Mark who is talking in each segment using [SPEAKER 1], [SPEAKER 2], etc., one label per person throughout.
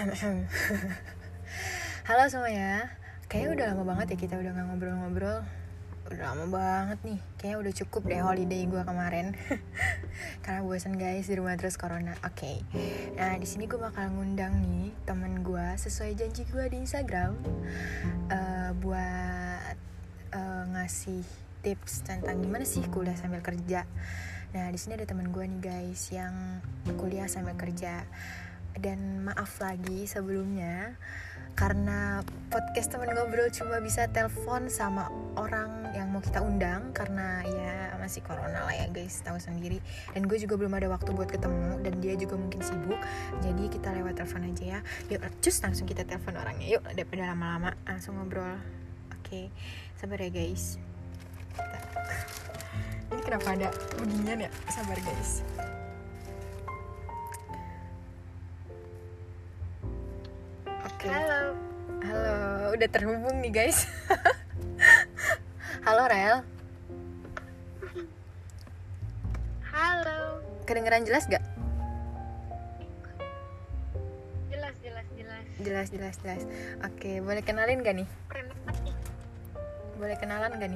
[SPEAKER 1] Halo semuanya. Kayaknya udah lama banget ya kita udah gak ngobrol-ngobrol. Udah lama banget nih. Kayaknya udah cukup deh holiday gue kemarin. Karena bosan guys di rumah terus corona. Oke. Nah di sini gue bakal ngundang nih teman gue sesuai janji gue di Instagram buat ngasih tips tentang gimana sih kuliah sambil kerja. Nah di sini ada teman gue nih guys yang kuliah sambil kerja. Dan maaf lagi sebelumnya karena podcast temen ngobrol cuma bisa telepon sama orang yang mau kita undang karena ya masih corona lah ya guys, tahu sendiri. Dan gue juga belum ada waktu buat ketemu dan dia juga mungkin sibuk, jadi kita lewat telepon aja ya. Yuk cus langsung kita telepon orangnya yuk daripada lama-lama, langsung ngobrol. Oke, sabar ya guys. Ini kenapa ada beginian ya? Sabar guys.
[SPEAKER 2] Halo,
[SPEAKER 1] udah terhubung nih guys. Halo Rel.
[SPEAKER 2] halo.
[SPEAKER 1] Kedengeran jelas gak?
[SPEAKER 2] Jelas.
[SPEAKER 1] Oke, boleh kenalin gak nih? Boleh kenalan gak nih?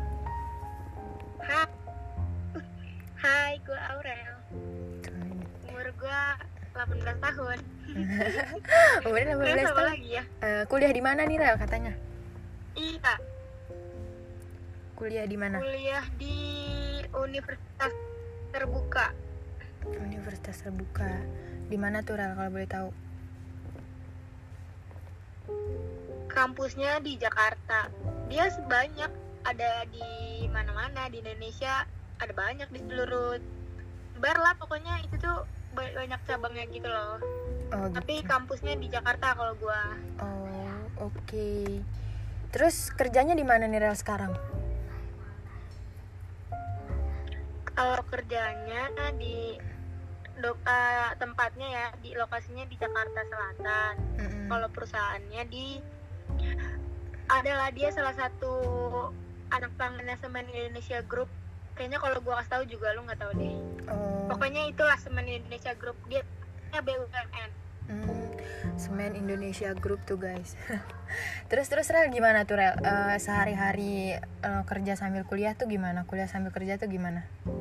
[SPEAKER 2] Hai, gue Aurel. Umur gue 18 tahun.
[SPEAKER 1] Umurnya 18 tahun
[SPEAKER 2] lagi ya?
[SPEAKER 1] Kuliah di mana nih Rel katanya?
[SPEAKER 2] Iya,
[SPEAKER 1] Kuliah di mana?
[SPEAKER 2] kuliah di Universitas Terbuka.
[SPEAKER 1] Universitas Terbuka. Di mana tuh Rel kalau boleh tahu?
[SPEAKER 2] Kampusnya di Jakarta. Dia sebanyak ada di mana-mana di Indonesia, ada banyak di seluruh bar lah pokoknya. Itu tuh banyak cabangnya gitu loh.
[SPEAKER 1] Oh,
[SPEAKER 2] Tapi
[SPEAKER 1] gitu.
[SPEAKER 2] kampusnya di Jakarta kalau gua.
[SPEAKER 1] Oh, oke. Terus kerjanya di mana nih Rel sekarang?
[SPEAKER 2] Kalau kerjanya di tempatnya ya, di lokasinya di Jakarta Selatan. Kalau perusahaannya adalah dia salah satu anak pelanggannya Semen Indonesia Group. Kayaknya kalau gua kasih tahu juga lu nggak tahu deh. Pokoknya itulah Semen Indonesia Group, dia BUMN.
[SPEAKER 1] Semen Indonesia Group tuh guys. Terus Rel gimana tuh Rel? Sehari-hari kerja sambil kuliah tuh gimana? Kuliah sambil kerja tuh gimana?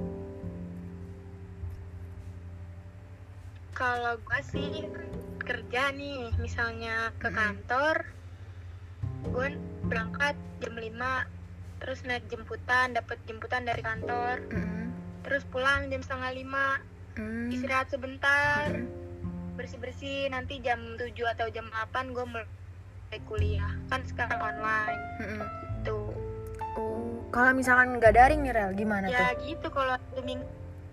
[SPEAKER 2] Kalau gue sih kerja nih, misalnya ke kantor, gue berangkat jam 5, terus naik jemputan, dapat jemputan dari kantor, terus pulang jam 4:30, istirahat sebentar, bersih-bersih, nanti jam 7 atau jam 8 gue mulai kuliah. Kan sekarang online. Tuh.
[SPEAKER 1] Oh, kalau misalkan nggak daring nih Rel, gimana tuh?
[SPEAKER 2] Ya gitu kalau minggu.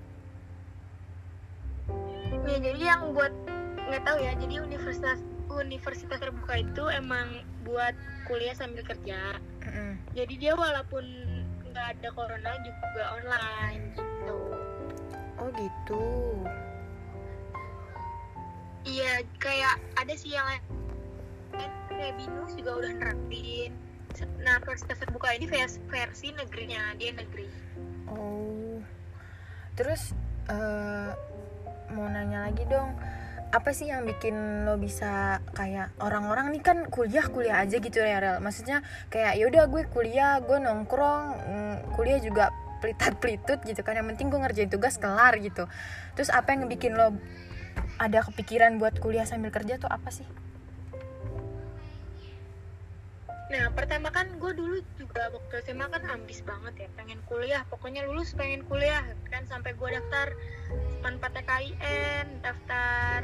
[SPEAKER 2] Ya jadi yang buat nggak tahu ya, jadi Universitas Terbuka itu emang buat kuliah sambil kerja. Jadi dia walaupun nggak ada corona juga online gitu.
[SPEAKER 1] Oh gitu.
[SPEAKER 2] Iya, kayak ada sih yang lain, kayak Binus juga udah nerapin. Nah, Universitas Terbuka ini versi negerinya, dia negeri.
[SPEAKER 1] Oh. Terus mau nanya lagi dong, apa sih yang bikin lo bisa kayak orang-orang nih kan kuliah aja gitu ya Rel? Maksudnya kayak ya udah gue kuliah, gue nongkrong, kuliah juga pelitat-pelitut gitu kan, yang penting gue ngerjain tugas kelar gitu. Terus apa yang bikin lo ada kepikiran buat kuliah sambil kerja tuh apa sih?
[SPEAKER 2] Nah, pertama kan gue dulu juga waktu SMA kan ambis banget ya, pengen kuliah, pokoknya lulus pengen kuliah kan, sampai gue daftar PTKIN, daftar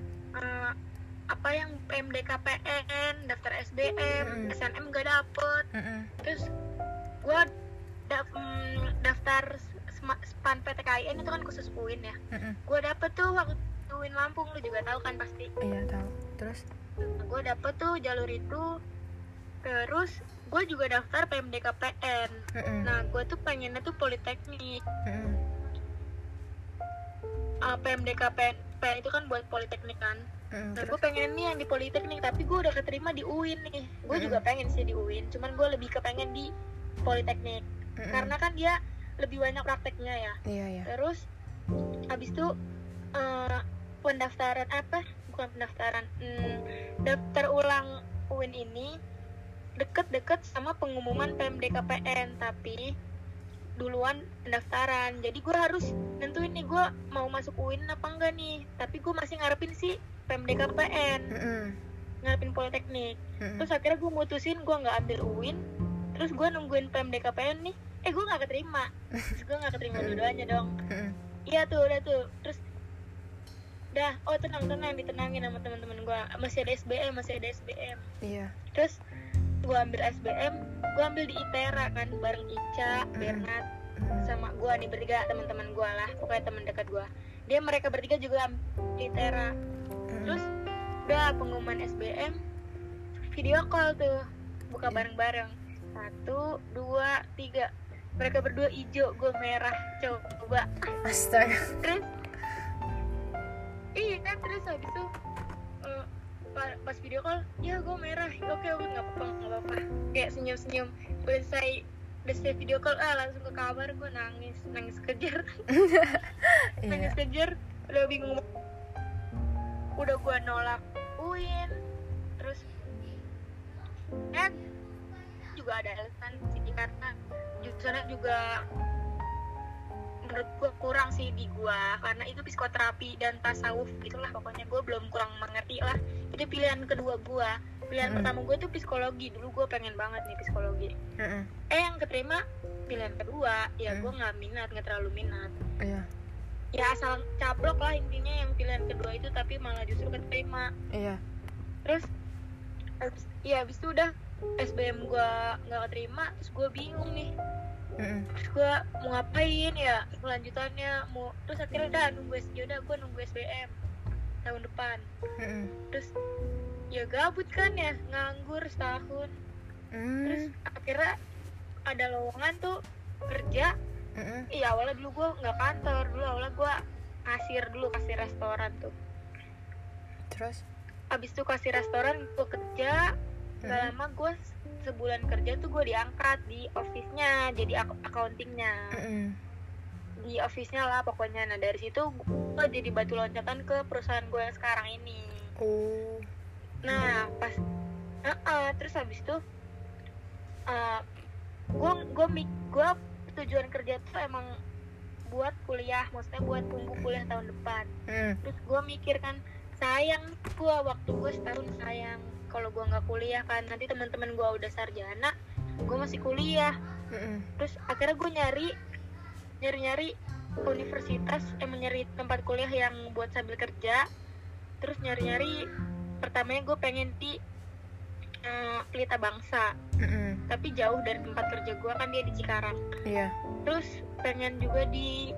[SPEAKER 2] yang PMDKPN, daftar SBM, SNM gak dapet. Terus gue daftar SPAN PTKIN itu kan khusus UIN ya. Gue dapet tuh waktu UIN Lampung, lu juga tahu kan pasti.
[SPEAKER 1] Iya tahu. Terus
[SPEAKER 2] Gue dapet tuh jalur itu. Terus gue juga daftar PMDKPN. Nah, gue tuh pengennya tuh Politeknik. PMDKPN itu kan buat Politeknik kan. Nah, gue pengen nih yang di Politeknik, tapi gue udah keterima di UIN nih. Gue juga pengen sih di UIN, cuman gue lebih kepengen di Politeknik. Karena kan dia lebih banyak prakteknya ya.
[SPEAKER 1] Iya.
[SPEAKER 2] Terus habis itu pendaftaran bukan pendaftaran, daftar ulang UIN ini deket-deket sama pengumuman PMDKPN, tapi duluan pendaftaran. Jadi gue harus nentuin nih gue mau masuk UIN apa enggak nih, tapi gue masih ngarepin si PMDKPN, ngarepin politeknik. Terus akhirnya gue mutusin gue nggak ambil UIN, terus gue nungguin PMDKPN nih, gue nggak keterima. Terus gue nggak keterima dua-duanya dong. Iya tuh, udah tuh. Terus tenang ditenangin sama teman-teman gue, masih ada SBM.
[SPEAKER 1] Iya.
[SPEAKER 2] Terus gue ambil SBM, gue ambil di ITERA kan, bareng Ica, Bernat, sama gue nih bertiga, teman-teman gue lah, pokoknya teman dekat gue. Mereka bertiga juga ambil di ITERA. Terus udah pengumuman SBM, video call tuh, buka bareng-bareng, 1, 2, 3. Mereka berdua hijau, gue merah, coba.
[SPEAKER 1] Astaga.
[SPEAKER 2] Terus kan, terus habis itu pas video call, ya gue merah, oke nggak apa-apa, kayak senyum, udah selesai video call, langsung ke kamar, gue nangis kejar. Nangis kejar, udah bingung, udah gue nolak UIN, terus kan juga ada alasan sih, karena jurusannya juga menurut gue kurang sih di gue, karena itu psikoterapi dan tasawuf gitulah, pokoknya gue belum kurang mengerti lah. Itu pilihan kedua gue. Pilihan pertama gue tuh psikologi, dulu gue pengen banget nih psikologi. Yang keterima pilihan kedua, ya gue nggak terlalu minat. Ya asal caplok lah intinya yang pilihan kedua itu, tapi malah justru keterima. Terus habis itu udah SBM gue nggak keterima, terus gue bingung nih. Terus gue mau ngapain ya kelanjutannya, terus akhirnya gue nunggu SBM tahun depan. Terus ya gabut kan ya, nganggur setahun. Terus akhirnya ada lowongan tuh kerja. Awalnya dulu gue nggak kantor, awalnya gue kasir restoran tuh.
[SPEAKER 1] Terus
[SPEAKER 2] abis itu kasir restoran gue kerja, gak lama gue sebulan kerja tuh gue diangkat di office-nya, jadi accounting-nya. Di office-nya lah pokoknya. Nah dari situ gue jadi batu loncatan ke perusahaan gue yang sekarang ini. Nah pas terus habis itu gue tujuan kerja tuh emang buat kuliah, maksudnya buat tunggu kuliah tahun depan. Terus gue mikir kan, sayang gue waktu gue setahun, sayang kalau gue nggak kuliah kan, nanti teman-teman gue udah sarjana, gue masih kuliah. Terus akhirnya gue nyari universitas, nyari tempat kuliah yang buat sambil kerja. Terus nyari pertamanya gue pengen di Pelita Bangsa, tapi jauh dari tempat kerja gue kan, dia di Cikarang. Terus pengen juga di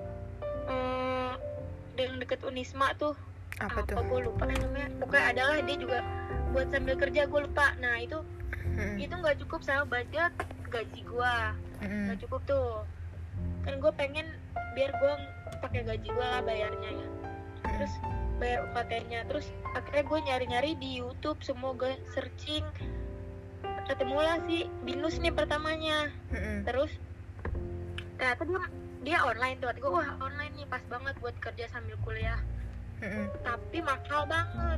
[SPEAKER 2] yang deket Unisma tuh, apa gue lupa namanya, pokoknya adalah dia juga buat sambil kerja, gue lupa. Nah itu nggak cukup sama budget gaji gue, nggak cukup tuh kan. Gue pengen biar gue pakai gaji gue lah bayarnya ya, terus bayar UKT-nya. Terus akhirnya gue nyari di YouTube, semua gue searching, ketemulah si Binus nih pertamanya. Terus ternyata dia online tuh, gue wah online nih pas banget buat kerja sambil kuliah. Tapi mahal banget,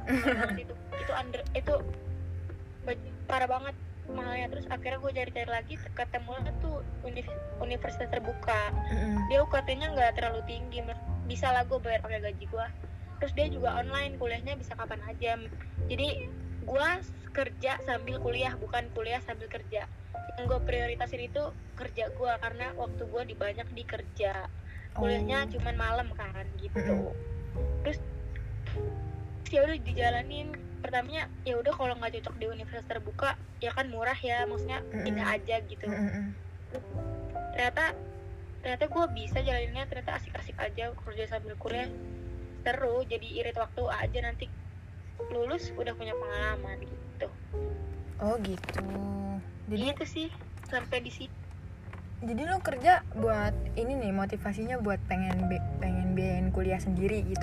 [SPEAKER 2] itu parah banget mahalnya. Terus akhirnya gue cari lagi, ketemu tuh universitas terbuka. Dia UKT-nya nggak terlalu tinggi, bisa lah gue bayar pakai gaji gue. Terus dia juga online, kuliahnya bisa kapan aja. Jadi gue kerja sambil kuliah, bukan kuliah sambil kerja. Yang gue prioritasin itu kerja gue, karena waktu gue banyak di kerja, kuliahnya cuman malam kan gitu. Terus ya udah dijalanin. Pertamanya ya udah kalau nggak cocok di universitas terbuka ya kan murah ya, maksudnya pindah aja gitu. Ternyata gue bisa jalaninnya, ternyata asik-asik aja kerja sambil kuliah, seru. Jadi irit waktu aja, nanti lulus udah punya pengalaman gitu.
[SPEAKER 1] Gitu. Jadi
[SPEAKER 2] itu sih sampai di sini.
[SPEAKER 1] Jadi lo kerja buat ini nih, motivasinya buat pengen biayain kuliah sendiri gitu.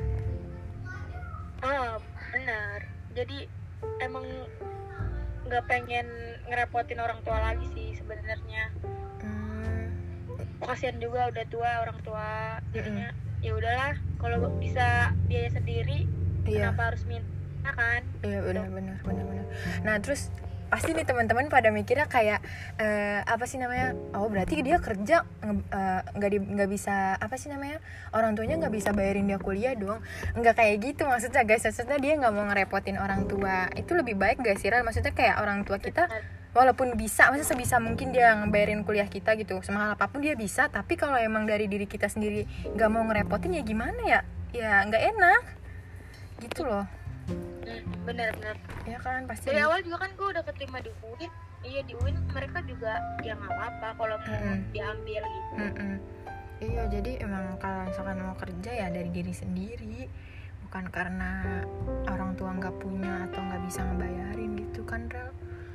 [SPEAKER 2] Benar. Jadi emang nggak pengen ngerepotin orang tua lagi sih sebenarnya. Kasian juga udah tua orang tua, jadinya ya udahlah kalau bisa biaya sendiri
[SPEAKER 1] Iya.
[SPEAKER 2] Kenapa harus minta kan?
[SPEAKER 1] Iya benar. Nah terus pasti nih teman-teman pada mikirnya kayak apa sih namanya, oh berarti dia kerja nggak bisa apa sih namanya, orang tuanya nggak bisa bayarin dia kuliah dong. Nggak kayak gitu maksudnya guys, maksudnya dia nggak mau ngerepotin orang tua. Itu lebih baik gak sih Ral? Maksudnya kayak orang tua kita walaupun bisa, maksudnya sebisa mungkin dia ngebayarin kuliah kita gitu, semahal apapun dia bisa, tapi kalau emang dari diri kita sendiri nggak mau ngerepotin ya gimana ya, ya nggak enak gitu loh.
[SPEAKER 2] Bener
[SPEAKER 1] Ya kan pasti
[SPEAKER 2] dari awal juga kan gue udah keterima di UIN. Iya di UIN mereka juga ya nggak apa-apa kalau mau diambil gitu.
[SPEAKER 1] Iya, jadi emang kalau misalkan mau kerja ya dari diri sendiri, bukan karena orang tua nggak punya atau nggak bisa ngebayarin gitu kan Rel.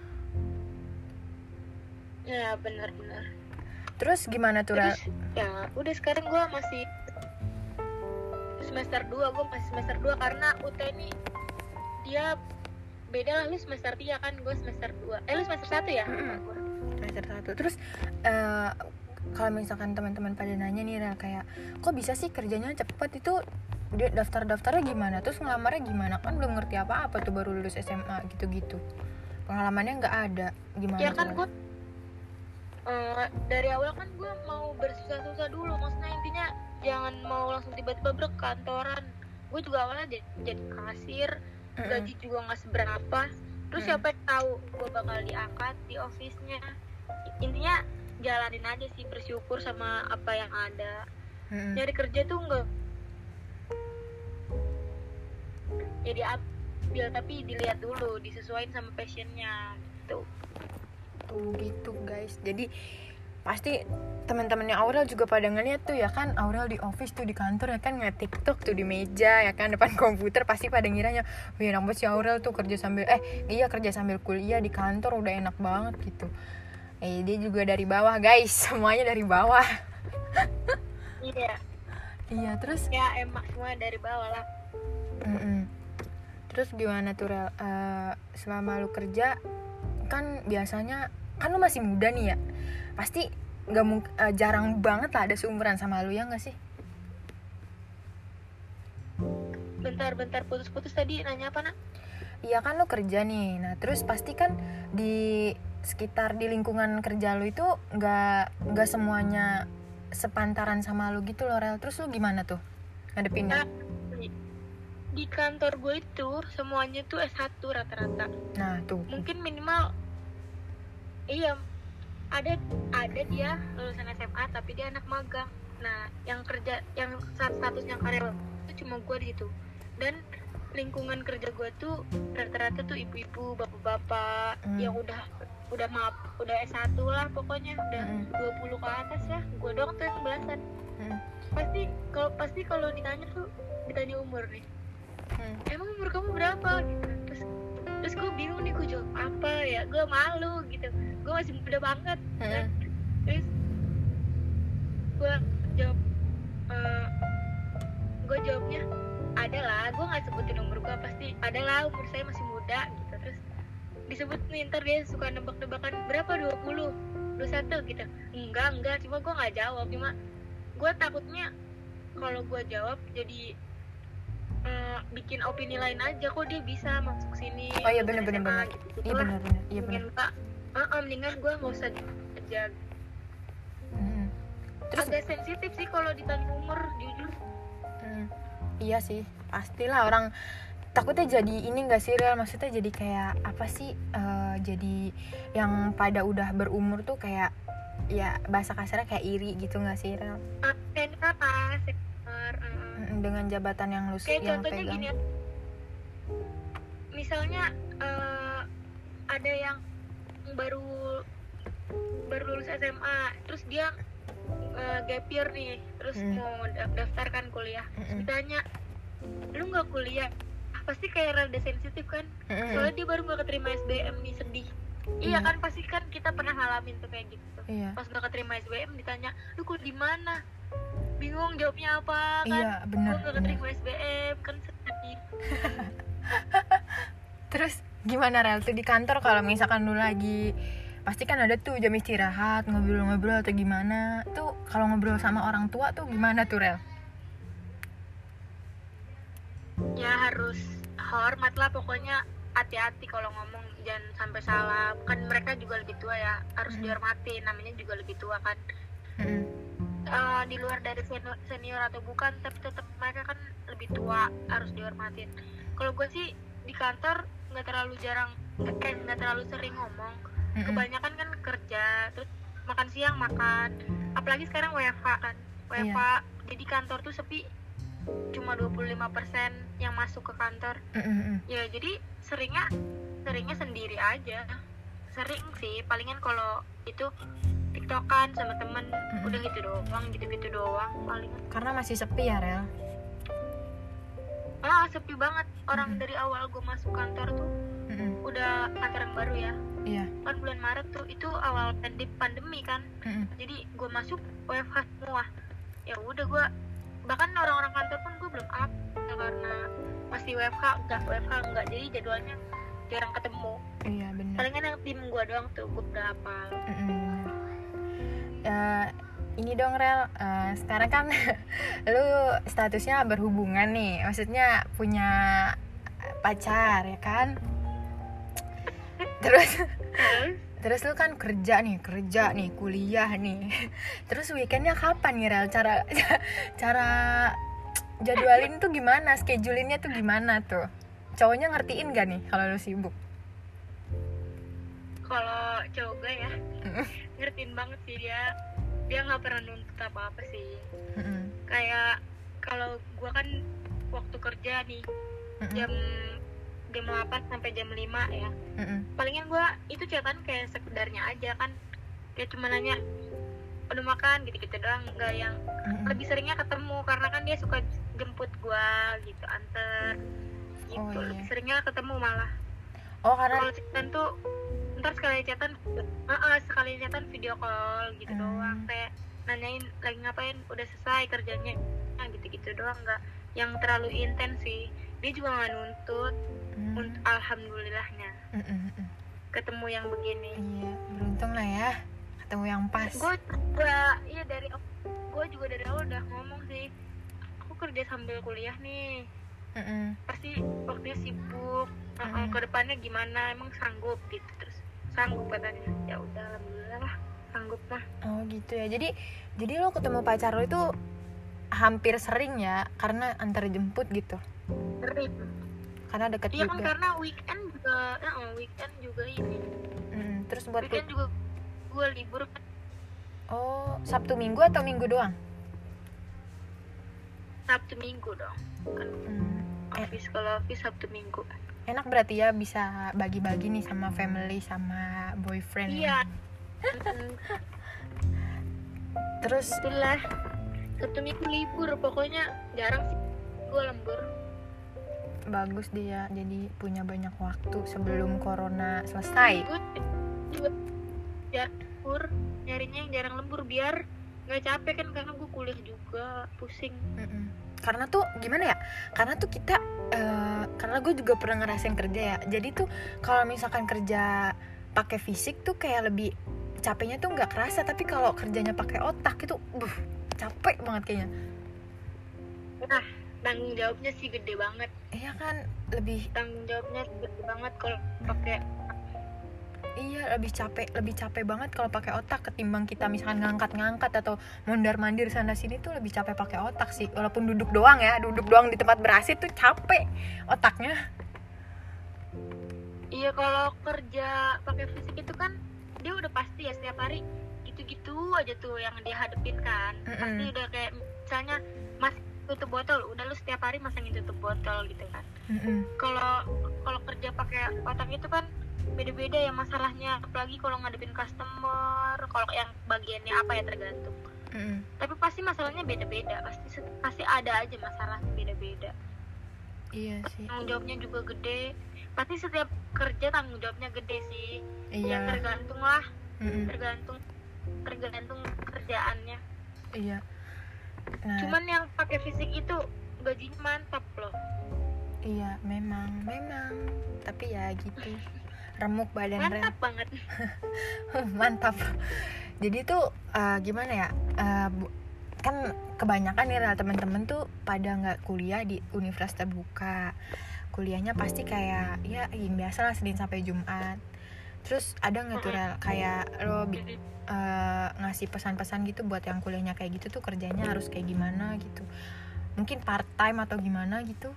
[SPEAKER 2] Ya benar.
[SPEAKER 1] Terus gimana tuh Rel?
[SPEAKER 2] Ya udah sekarang gue masih semester 2, karena UT ini dia beda lah. Lu semester 3 kan, gue semester 2. Lu semester 1 ya?
[SPEAKER 1] Semester 1. Terus kalau misalkan teman-teman pada nanya nih Rel, kayak kok bisa sih kerjanya cepet, itu dia daftarnya gimana, terus ngelamarnya gimana, kan belum ngerti apa-apa tuh, baru lulus SMA gitu-gitu, pengalamannya nggak ada, gimana
[SPEAKER 2] ya kan
[SPEAKER 1] tuh?
[SPEAKER 2] Gue dari awal kan gue mau bersusah-susah dulu, maksudnya intinya jangan mau langsung tiba-tiba berkantoran. Gue juga awalnya jadi kasir, gaji juga nggak seberapa, terus siapa tahu gue bakal diangkat di office-nya. Intinya jalanin aja sih, bersyukur sama apa yang ada. Nyari kerja tuh enggak ya diambil, tapi dilihat dulu, disesuaikan sama passionnya gitu.
[SPEAKER 1] Tuh gitu guys, jadi pasti teman-temannya Aurel juga pada ngeliat tuh ya kan, Aurel di office tuh, di kantor ya kan, nge-tiktok tuh di meja ya kan, depan komputer, pasti pada ngiranya wih enak banget si Aurel tuh kerja sambil kerja sambil kuliah di kantor, udah enak banget gitu. Dia juga dari bawah guys, semuanya dari bawah. Iya terus
[SPEAKER 2] ya emang semua dari bawah lah.
[SPEAKER 1] Terus gimana tuh Rel, selama lu kerja kan biasanya kan lu masih muda nih ya, pasti jarang banget lah ada seumuran sama lu, ya nggak sih?
[SPEAKER 2] Bentar putus-putus tadi, nanya apa nak?
[SPEAKER 1] Iya kan lu kerja nih, nah terus pasti kan di sekitar di lingkungan kerja lu itu nggak semuanya sepantaran sama lu gitu loh Rel. Terus lu gimana tuh ngadepinnya?
[SPEAKER 2] Di kantor gue itu semuanya tuh S1 rata-rata.
[SPEAKER 1] Nah tuh
[SPEAKER 2] mungkin minimal iya ada dia lulusan SMA tapi dia anak magang. Nah yang kerja, yang statusnya karyawan itu cuma gue di situ. Dan lingkungan kerja gue tuh rata-rata tuh ibu-ibu, bapak-bapak yang udah S1 lah pokoknya, udah 20 ke atas lah. Gue doang tuh yang belasan. Pasti kalau ditanya umur nih, emang umur kamu berapa gitu. Terus gue bingung nih, gue jawab apa ya, gue malu gitu, gue masih muda banget kan. Terus gue jawabnya adalah, gue nggak sebutin umur gue, pasti adalah umur saya masih muda gitu. Terus disebut nih, ntar dia suka nebak-nebakan berapa, 20, 21 gitu. Enggak, cuma gue nggak jawab. Cuma gue takutnya kalau gue jawab jadi bikin opini lain aja, kok dia bisa masuk sini.
[SPEAKER 1] Oh iya benar.
[SPEAKER 2] Gitu. Iya benar. Mendingan gue nggak usah aja. Terus agak sensitif sih kalau ditanya umur, jujur.
[SPEAKER 1] Iya sih, pastilah orang takutnya jadi ini nggak sih Rel, maksudnya jadi kayak apa sih, jadi yang pada udah berumur tuh kayak ya bahasa kasarnya kayak iri gitu nggak sih Rel? Dengan jabatan yang lu
[SPEAKER 2] kayak
[SPEAKER 1] yang
[SPEAKER 2] contohnya
[SPEAKER 1] pegang.
[SPEAKER 2] Gini, misalnya ada yang baru lulus SMA, terus dia gap year nih, terus mau daftarkan kuliah, terus ditanya lu nggak kuliah, pasti kayak rada sensitif kan, soalnya dia baru nggak keterima SBM nih, sedih. Iya kan, pasti kan kita pernah ngalamin tuh kayak gitu. Pas nggak keterima SBM ditanya lu kuliah di mana, bingung jawabnya apa kan.
[SPEAKER 1] Iya benar.
[SPEAKER 2] Gue nggak keterima SBM kan, sedih.
[SPEAKER 1] Terus gimana Rel tuh di kantor, kalau misalkan lu lagi, pasti kan ada tuh jam istirahat, ngobrol-ngobrol atau gimana tuh, kalau ngobrol sama orang tua tuh gimana tuh Rel?
[SPEAKER 2] ya harus hormat lah pokoknya, hati-hati kalau ngomong, jangan sampai salah. Kan mereka juga lebih tua ya, harus dihormati, namanya juga lebih tua kan. Di luar dari senior atau bukan, tapi tetap mereka kan lebih tua, harus dihormatin. Kalau gue sih di kantor nggak terlalu sering ngomong. Kebanyakan kan kerja, terus makan siang makan, apalagi sekarang WFH kan, WFH. Jadi kantor tuh sepi, cuma 25% yang masuk ke kantor. Ya jadi seringnya sendiri aja, sering sih palingan kalau itu tiktokan sama temen, udah gitu doang palingan.
[SPEAKER 1] Karena masih sepi ya, Rel?
[SPEAKER 2] Sepi banget. Orang dari awal gue masuk kantor tuh udah kantor yang baru ya.
[SPEAKER 1] Iya.
[SPEAKER 2] Kan bulan Maret tuh, itu awal pandemi kan. Jadi gue masuk WFH semua. Ya udah, gue bahkan orang-orang kantor pun gue belum up karena masih WFH enggak, jadi jadwalnya jarang ketemu.
[SPEAKER 1] Iya benar.
[SPEAKER 2] Palingan yang tim gue doang tuh gue udah hafal.
[SPEAKER 1] Ini dong Rel, sekarang kan lu statusnya berhubungan nih, maksudnya punya pacar ya kan? Terus lu kan kerja nih, kuliah nih. Terus weekendnya kapan nih Rel? Cara jadwalin tuh gimana? Schedulinnya tuh gimana tuh? Cowoknya ngertiin gak nih kalau lu sibuk?
[SPEAKER 2] Kalau cowok gue ya, ngertiin banget sih dia nggak pernah nuntut apa sih. Kayak kalau gue kan waktu kerja nih jam 8 sampai jam 5 ya. Palingan gue itu chatan kayak sekedarnya aja kan, dia cuma nanya udah makan gitu doang, nggak yang lebih seringnya ketemu karena kan dia suka jemput gue gitu, anter gitu. Lebih seringnya ketemu malah.
[SPEAKER 1] Karena
[SPEAKER 2] kalau chatan tuh ntar sekali chatan video call gitu doang, kayak nanyain lagi ngapain, udah selesai kerjanya, gitu doang, nggak yang terlalu intens sih. Dia juga nggak nuntut. Alhamdulillahnya ketemu yang begini.
[SPEAKER 1] Iya, beruntung lah ya ketemu yang pas.
[SPEAKER 2] Gue juga dari awal udah ngomong sih, aku kerja sambil kuliah nih, pasti waktunya sibuk. Kedepannya gimana, emang sanggup gitu. Terus sanggup katanya. Ya udah, alhamdulillah lah sanggup mah.
[SPEAKER 1] Gitu ya. Jadi lo ketemu pacar lo itu hampir sering ya, karena antar jemput gitu.
[SPEAKER 2] Sering.
[SPEAKER 1] Karena deket juga.
[SPEAKER 2] Iya kan, karena weekend juga ini.
[SPEAKER 1] Terus buat
[SPEAKER 2] weekend juga gue libur kan.
[SPEAKER 1] Sabtu Minggu atau Minggu doang?
[SPEAKER 2] Sabtu Minggu dong kan. Kalau office Sabtu Minggu.
[SPEAKER 1] Enak berarti ya, bisa bagi-bagi nih sama family, sama boyfriend.
[SPEAKER 2] Iya.
[SPEAKER 1] Terus
[SPEAKER 2] itulah, Sabtu Minggu libur, pokoknya jarang sih gue lembur.
[SPEAKER 1] Bagus dia, jadi punya banyak waktu sebelum corona selesai.
[SPEAKER 2] Gue juga lembur, nyarinya yang jarang lembur biar nggak capek kan, karena gue kuliah juga pusing.
[SPEAKER 1] Karena tuh gimana ya, karena tuh kita karena gue juga pernah ngerasain kerja ya, jadi tuh kalau misalkan kerja pakai fisik tuh kayak lebih capeknya tuh nggak kerasa, tapi kalau kerjanya pakai otak itu capek banget kayaknya.
[SPEAKER 2] Nah, tanggung jawabnya sih gede banget.
[SPEAKER 1] Iya kan, lebih
[SPEAKER 2] tanggung jawabnya gede banget kalau pakai.
[SPEAKER 1] Iya, lebih capek banget kalau pakai otak ketimbang kita misalkan ngangkat atau mondar-mandir sana sini tuh lebih capek pakai otak sih. Walaupun duduk doang di tempat ber-AC tuh capek otaknya.
[SPEAKER 2] Iya, kalau kerja pakai fisik itu kan dia udah pasti ya setiap hari gitu-gitu aja tuh yang dia hadepin kan. Pasti udah kayak misalnya masih tutup botol, udah lu setiap hari masangin tutup botol gitu kan. Kalau kerja pakai otak itu kan beda-beda ya masalahnya, apalagi kalau ngadepin customer. Kalau yang bagiannya apa ya tergantung. Tapi pasti masalahnya beda-beda, pasti ada aja masalahnya beda-beda.
[SPEAKER 1] Iya sih.
[SPEAKER 2] Tanggung jawabnya juga gede. Pasti setiap kerja tanggung jawabnya gede sih.
[SPEAKER 1] Iya.
[SPEAKER 2] Ya tergantung lah. Tergantung kerjaannya.
[SPEAKER 1] Iya. Nah,
[SPEAKER 2] cuman yang pakai fisik itu gajinya mantap loh.
[SPEAKER 1] Iya, memang. Tapi ya gitu. Remuk badan
[SPEAKER 2] mantap banget.
[SPEAKER 1] Mantap. Jadi tuh gimana ya, kan kebanyakan nih teman-teman tuh pada nggak kuliah di universitas terbuka, kuliahnya pasti kayak ya yang biasa lah Senin sampai Jumat. Terus ada nggak tuh Rel, kayak lo ngasih pesan-pesan gitu buat yang kuliahnya kayak gitu tuh kerjanya harus kayak gimana gitu, mungkin part time atau gimana gitu?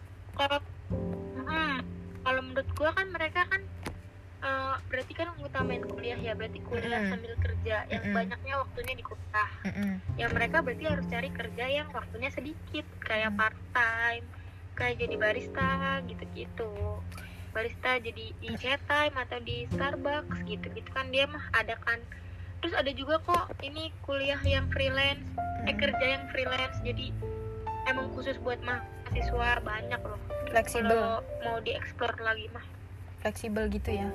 [SPEAKER 2] Kalau menurut gue kan mereka kan berarti kan ngutamain kuliah ya, berarti kuliah sambil kerja, yang banyaknya waktunya di kuliah. Ya mereka berarti harus cari kerja yang waktunya sedikit, kayak part time, kayak jadi barista gitu-gitu. Barista jadi di chat time atau di Starbucks gitu-gitu kan dia mah ada kan. Terus ada juga kok ini kuliah yang freelance, kerja yang freelance, jadi emang khusus buat mahasiswa, banyak loh.
[SPEAKER 1] Fleksibel.
[SPEAKER 2] Kalau mau dieksplor lagi mah
[SPEAKER 1] fleksibel gitu ya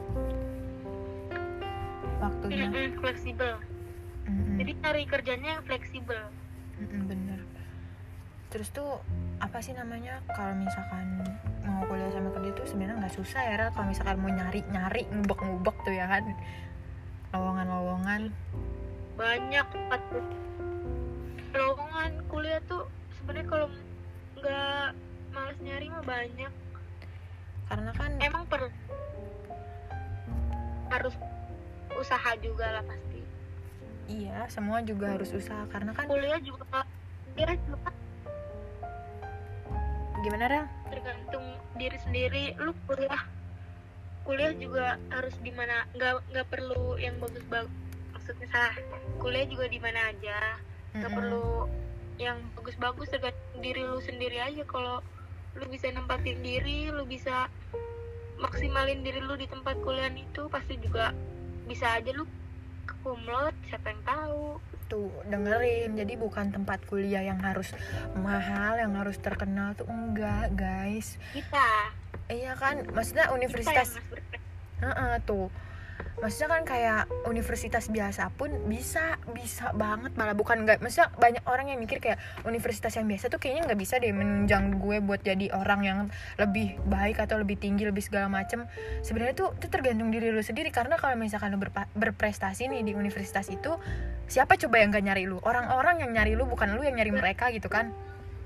[SPEAKER 1] waktunya.
[SPEAKER 2] Fleksibel. Jadi cari kerjanya yang fleksibel.
[SPEAKER 1] Bener. Terus tuh apa sih namanya, kalau misalkan mau kuliah sama kerja tuh sebenarnya nggak susah ya Rel, kalau misalkan mau nyari ngubek tuh ya kan, lowongan
[SPEAKER 2] banyak tempat lowongan kuliah tuh sebenarnya. Kalau nggak males nyari mah banyak,
[SPEAKER 1] karena kan
[SPEAKER 2] emang harus usaha juga lah pasti.
[SPEAKER 1] Iya, semua juga harus usaha karena kan
[SPEAKER 2] kuliah juga
[SPEAKER 1] gimana Rel?
[SPEAKER 2] Tergantung diri sendiri. Lu kuliah juga harus di mana, nggak perlu yang bagus-bagus, maksudnya salah, kuliah juga di mana aja, nggak perlu yang bagus-bagus, tergantung diri lu sendiri aja. Kalau lu bisa nempatin diri, lu bisa maksimalin diri lu di tempat kuliah itu, pasti juga bisa aja lu kumlot, siapa yang tahu.
[SPEAKER 1] Tuh dengerin, jadi bukan tempat kuliah yang harus mahal, yang harus terkenal tuh enggak guys. Iya kan, maksudnya universitas tuh maksudnya kan kayak universitas biasa pun bisa banget, malah bukan enggak, maksudnya banyak orang yang mikir kayak universitas yang biasa tuh kayaknya nggak bisa deh menunjang gue buat jadi orang yang lebih baik atau lebih tinggi, lebih segala macem. Sebenarnya tuh tergantung diri lu sendiri, karena kalau misalkan lu berprestasi nih di universitas itu, siapa coba yang nggak nyari lu? Orang-orang yang nyari lu, bukan lu yang nyari mereka gitu kan.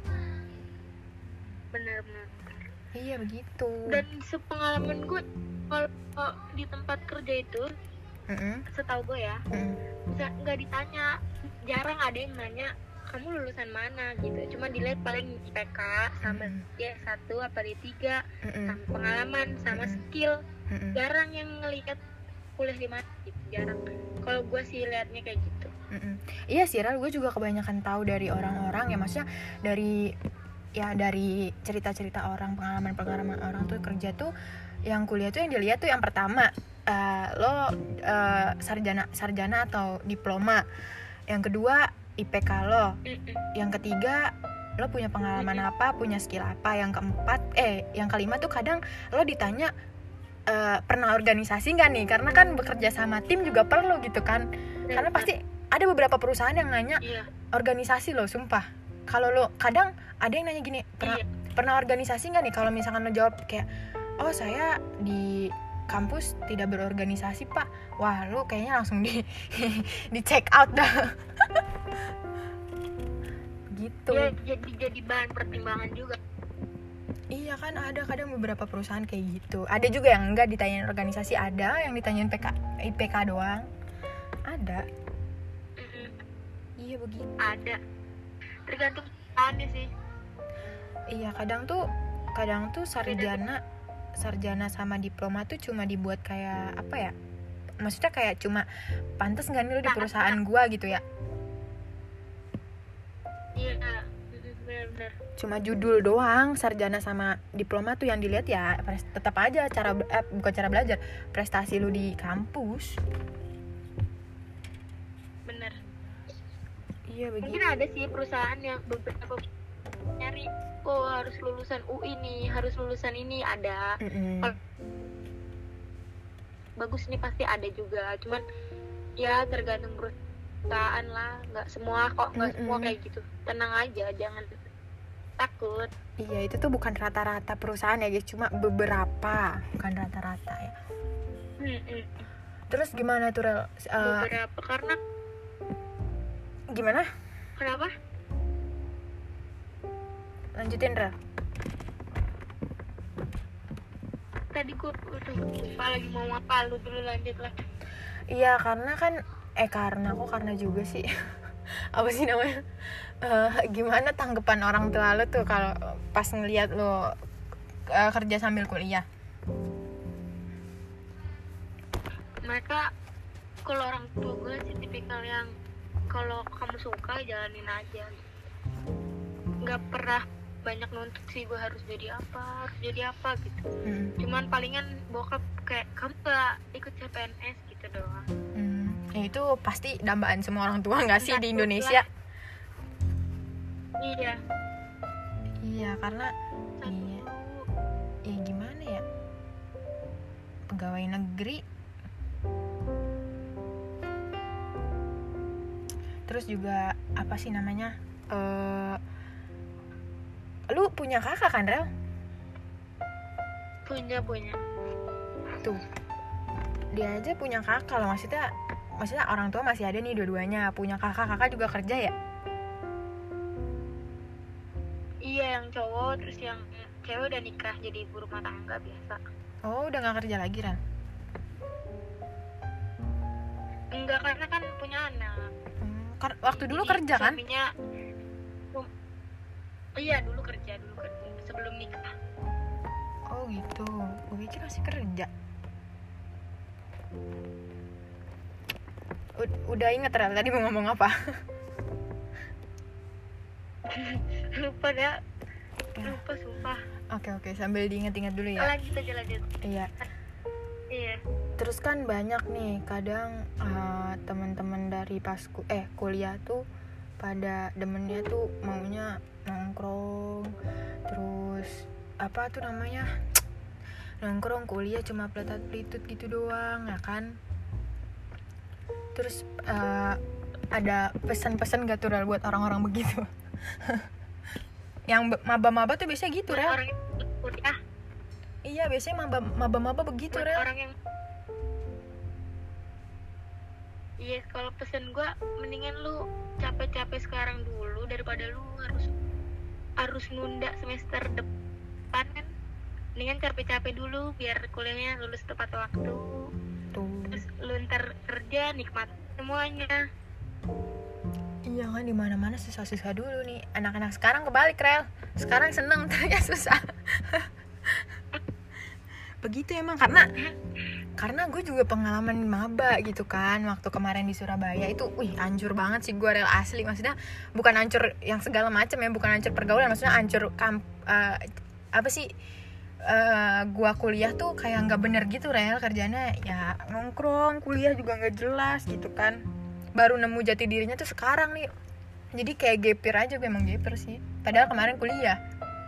[SPEAKER 2] Bener.
[SPEAKER 1] Iya begitu.
[SPEAKER 2] Dan sepengalaman gue, kalau di tempat kerja itu, setahu gue ya, nggak ditanya, jarang ada yang nanya kamu lulusan mana gitu. Cuma dilihat paling IPK sama dia S1 apa D3, sama pengalaman sama skill. Jarang yang ngelihat kuliah di mana gitu, jarang. Kalau gue sih liatnya kayak gitu.
[SPEAKER 1] Iya sih Ral, gue juga kebanyakan tahu dari orang-orang ya, maksudnya dari cerita-cerita orang, pengalaman orang tuh kerja tuh, yang kuliah tuh yang dilihat tuh yang pertama lo sarjana atau diploma, yang kedua IPK lo, yang ketiga lo punya pengalaman apa, punya skill apa, yang keempat yang kelima tuh kadang lo ditanya pernah organisasi nggak nih, karena kan bekerja sama tim juga perlu gitu kan, karena pasti ada beberapa perusahaan yang nanya organisasi lo, sumpah. Kalau lo kadang ada yang nanya gini, pernah organisasi nggak nih? Kalau misalkan lo jawab kayak, oh saya di kampus tidak berorganisasi pak, wah lo kayaknya langsung di check out dah. Gitu.
[SPEAKER 2] Ya, jadi bahan pertimbangan juga.
[SPEAKER 1] Iya kan, ada kadang beberapa perusahaan kayak gitu. Ada juga yang enggak ditanyain organisasi, ada yang ditanyain IPK doang. Ada. Iya begitu.
[SPEAKER 2] Ada. Tergantung perusahaannya sih.
[SPEAKER 1] Iya, kadang tuh sarjana sama diploma tuh cuma dibuat kayak apa ya? Maksudnya kayak cuma pantas nggak nih lo di perusahaan gua gitu ya?
[SPEAKER 2] Iya, benar.
[SPEAKER 1] Cuma judul doang, sarjana sama diploma tuh yang dilihat ya tetap aja bukan cara belajar, prestasi lu di kampus.
[SPEAKER 2] Bener.
[SPEAKER 1] Iya begitu.
[SPEAKER 2] Mungkin ada sih perusahaan yang beberapa nyari, harus lulusan UI nih, harus lulusan ini, ada. Bagus nih pasti ada juga, cuman ya tergantung perusahaan lah, nggak semua kayak gitu. Tenang aja, jangan takut.
[SPEAKER 1] Iya, itu tuh bukan rata-rata perusahaan ya guys, cuma beberapa, bukan rata-rata ya. Terus gimana tuh Rel?
[SPEAKER 2] Beberapa, karena
[SPEAKER 1] Gimana?
[SPEAKER 2] kenapa?
[SPEAKER 1] lanjutin Rel.
[SPEAKER 2] Tadi gue udah lupa lagi mau apa, lu dulu lanjut lah.
[SPEAKER 1] Iya karena juga sih apa sih namanya, gimana tanggapan orang tua lo tuh kalau pas ngeliat lo kerja sambil kuliah?
[SPEAKER 2] Mereka, kalau orang tua gue sih tipikal yang kalau kamu suka jalanin aja, nggak pernah banyak nuntut sih gue harus jadi apa gitu. Cuman palingan bokap kayak kamu gak ikut CPNS gitu doang.
[SPEAKER 1] Ya itu pasti dambaan semua orang tua nggak sih di Indonesia? Iya karena iya gimana ya, pegawai negeri terus juga apa sih namanya, lu punya kakak kan Rel?
[SPEAKER 2] Punya
[SPEAKER 1] Tuh dia aja punya kakak loh, maksudnya orang tua masih ada nih dua-duanya punya kakak juga kerja ya?
[SPEAKER 2] Iya, yang cowok, terus yang cewek udah nikah jadi ibu rumah tangga biasa.
[SPEAKER 1] Oh udah nggak kerja lagi Ran?
[SPEAKER 2] Enggak, karena kan punya anak.
[SPEAKER 1] Waktu dulu jadi, kerja kan?
[SPEAKER 2] Suaminya iya dulu kerja sebelum nikah.
[SPEAKER 1] Oh gitu, gue pikir masih kerja. Udah inget Rel tadi mau ngomong apa?
[SPEAKER 2] Lupa sumpah.
[SPEAKER 1] Oke, sambil diinget-inget dulu ya.
[SPEAKER 2] Lanjut. Iya.
[SPEAKER 1] Terus kan banyak nih kadang teman-teman dari pas kuliah tuh pada demennya tuh maunya nongkrong, terus apa tuh namanya, nongkrong kuliah cuma peletot-pelitut gitu doang ya kan. Terus ada pesan-pesan gak tuh Rel buat orang-orang begitu? Yang maba-maba tuh biasanya gitu Rel.
[SPEAKER 2] Orang yang kuliah.
[SPEAKER 1] Iya biasanya maba-maba begitu Rel.
[SPEAKER 2] Orang yang iya, kalau pesan gue mendingan lu capek-capek sekarang dulu daripada lu harus nunda semester depan kan. Mendingan capek-capek dulu biar kuliahnya lulus tepat waktu. Terus lu ntar kerja nikmat semuanya.
[SPEAKER 1] Iya kan, di mana-mana susah-susah dulu nih. Anak-anak sekarang kebalik Rel. Sekarang seneng ternyata susah. Begitu emang, karena gue juga pengalaman maba gitu kan. Waktu kemarin di Surabaya itu hancur banget sih gue Rel, asli. Maksudnya bukan hancur yang segala macam ya, bukan hancur pergaulan, maksudnya hancur gua kuliah tuh kayak nggak bener gitu Rel, kerjanya ya nongkrong, kuliah juga nggak jelas gitu kan. Baru nemu jati dirinya tuh sekarang nih, jadi kayak gapir aja. Gue emang gapir sih, padahal kemarin kuliah